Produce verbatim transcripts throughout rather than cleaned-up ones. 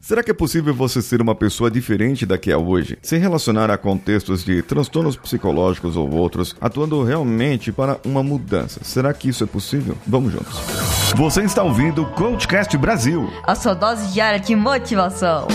Será que é possível você ser uma pessoa diferente da que é hoje, sem relacionar a contextos de transtornos psicológicos ou outros, atuando realmente para uma mudança? Será que isso é possível? Vamos juntos. Você está ouvindo o CoachCast Brasil, a sua dose diária de motivação.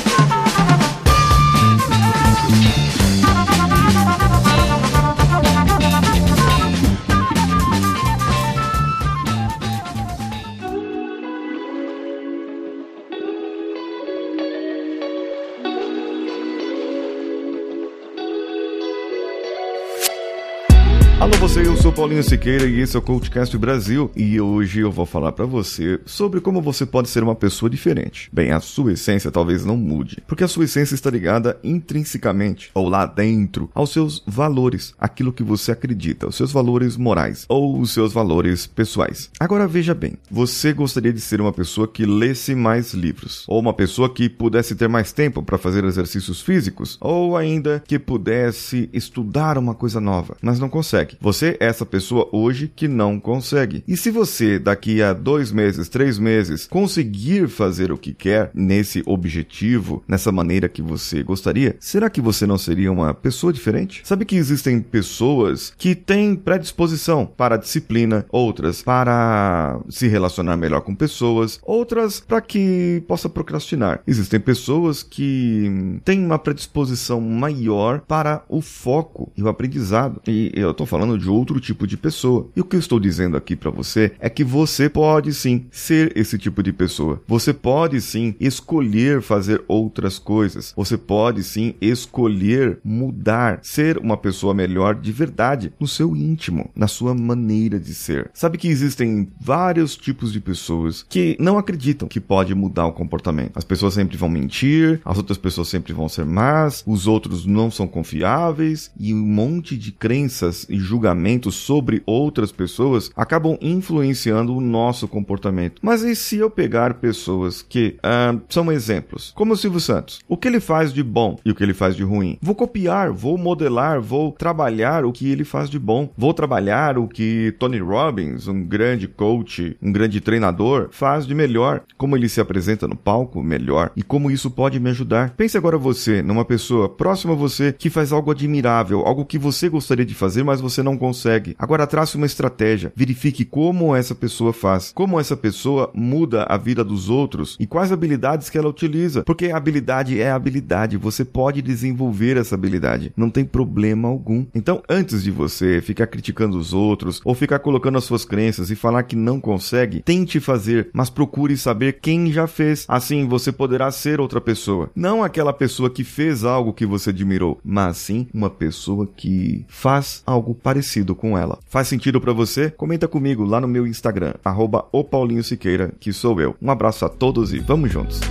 Alô você, eu sou Paulinho Siqueira e esse é o CoachCast Brasil e hoje eu vou falar pra você sobre como você pode ser uma pessoa diferente. Bem, a sua essência talvez não mude, porque a sua essência está ligada intrinsecamente, ou lá dentro, aos seus valores, aquilo que você acredita, os seus valores morais, ou os seus valores pessoais. Agora veja bem, você gostaria de ser uma pessoa que lesse mais livros, ou uma pessoa que pudesse ter mais tempo para fazer exercícios físicos, ou ainda que pudesse estudar uma coisa nova, mas não consegue. Você é essa pessoa hoje que não consegue. E se você, daqui a dois meses, três meses, conseguir fazer o que quer nesse objetivo, nessa maneira que você gostaria, será que você não seria uma pessoa diferente? Sabe que existem pessoas que têm predisposição para a disciplina, outras para se relacionar melhor com pessoas, outras para que possa procrastinar. Existem pessoas que têm uma predisposição maior para o foco e o aprendizado. E eu tô falando falando de outro tipo de pessoa. E o que eu estou dizendo aqui para você é que você pode sim ser esse tipo de pessoa. Você pode sim escolher fazer outras coisas. Você pode sim escolher mudar, ser uma pessoa melhor de verdade, no seu íntimo, na sua maneira de ser. Sabe que existem vários tipos de pessoas que não acreditam que pode mudar o comportamento. As pessoas sempre vão mentir, as outras pessoas sempre vão ser más, os outros não são confiáveis e um monte de crenças e julgamentos sobre outras pessoas acabam influenciando o nosso comportamento. Mas e se eu pegar pessoas que ah, são exemplos, como o Silvio Santos? O que ele faz de bom e o que ele faz de ruim? Vou copiar, vou modelar, vou trabalhar o que ele faz de bom. Vou trabalhar o que Tony Robbins, um grande coach, um grande treinador, faz de melhor. Como ele se apresenta no palco, melhor. E como isso pode me ajudar. Pense agora você, numa pessoa próxima a você que faz algo admirável, algo que você gostaria de fazer, mas você não consegue. Agora trace uma estratégia, verifique como essa pessoa faz, como essa pessoa muda a vida dos outros e quais habilidades que ela utiliza, porque a habilidade é a habilidade, você pode desenvolver essa habilidade, não tem problema algum. Então, antes de você ficar criticando os outros ou ficar colocando as suas crenças e falar que não consegue, tente fazer, mas procure saber quem já fez, assim você poderá ser outra pessoa, não aquela pessoa que fez algo que você admirou, mas sim uma pessoa que faz algo parecido com ela. Faz sentido pra você? Comenta comigo lá no meu Instagram, arroba o Paulinho Siqueira, que sou eu. Um abraço a todos e vamos juntos!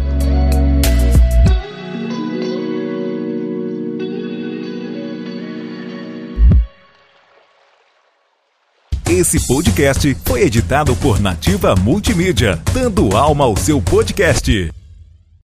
Esse podcast foi editado por Nativa Multimídia, dando alma ao seu podcast.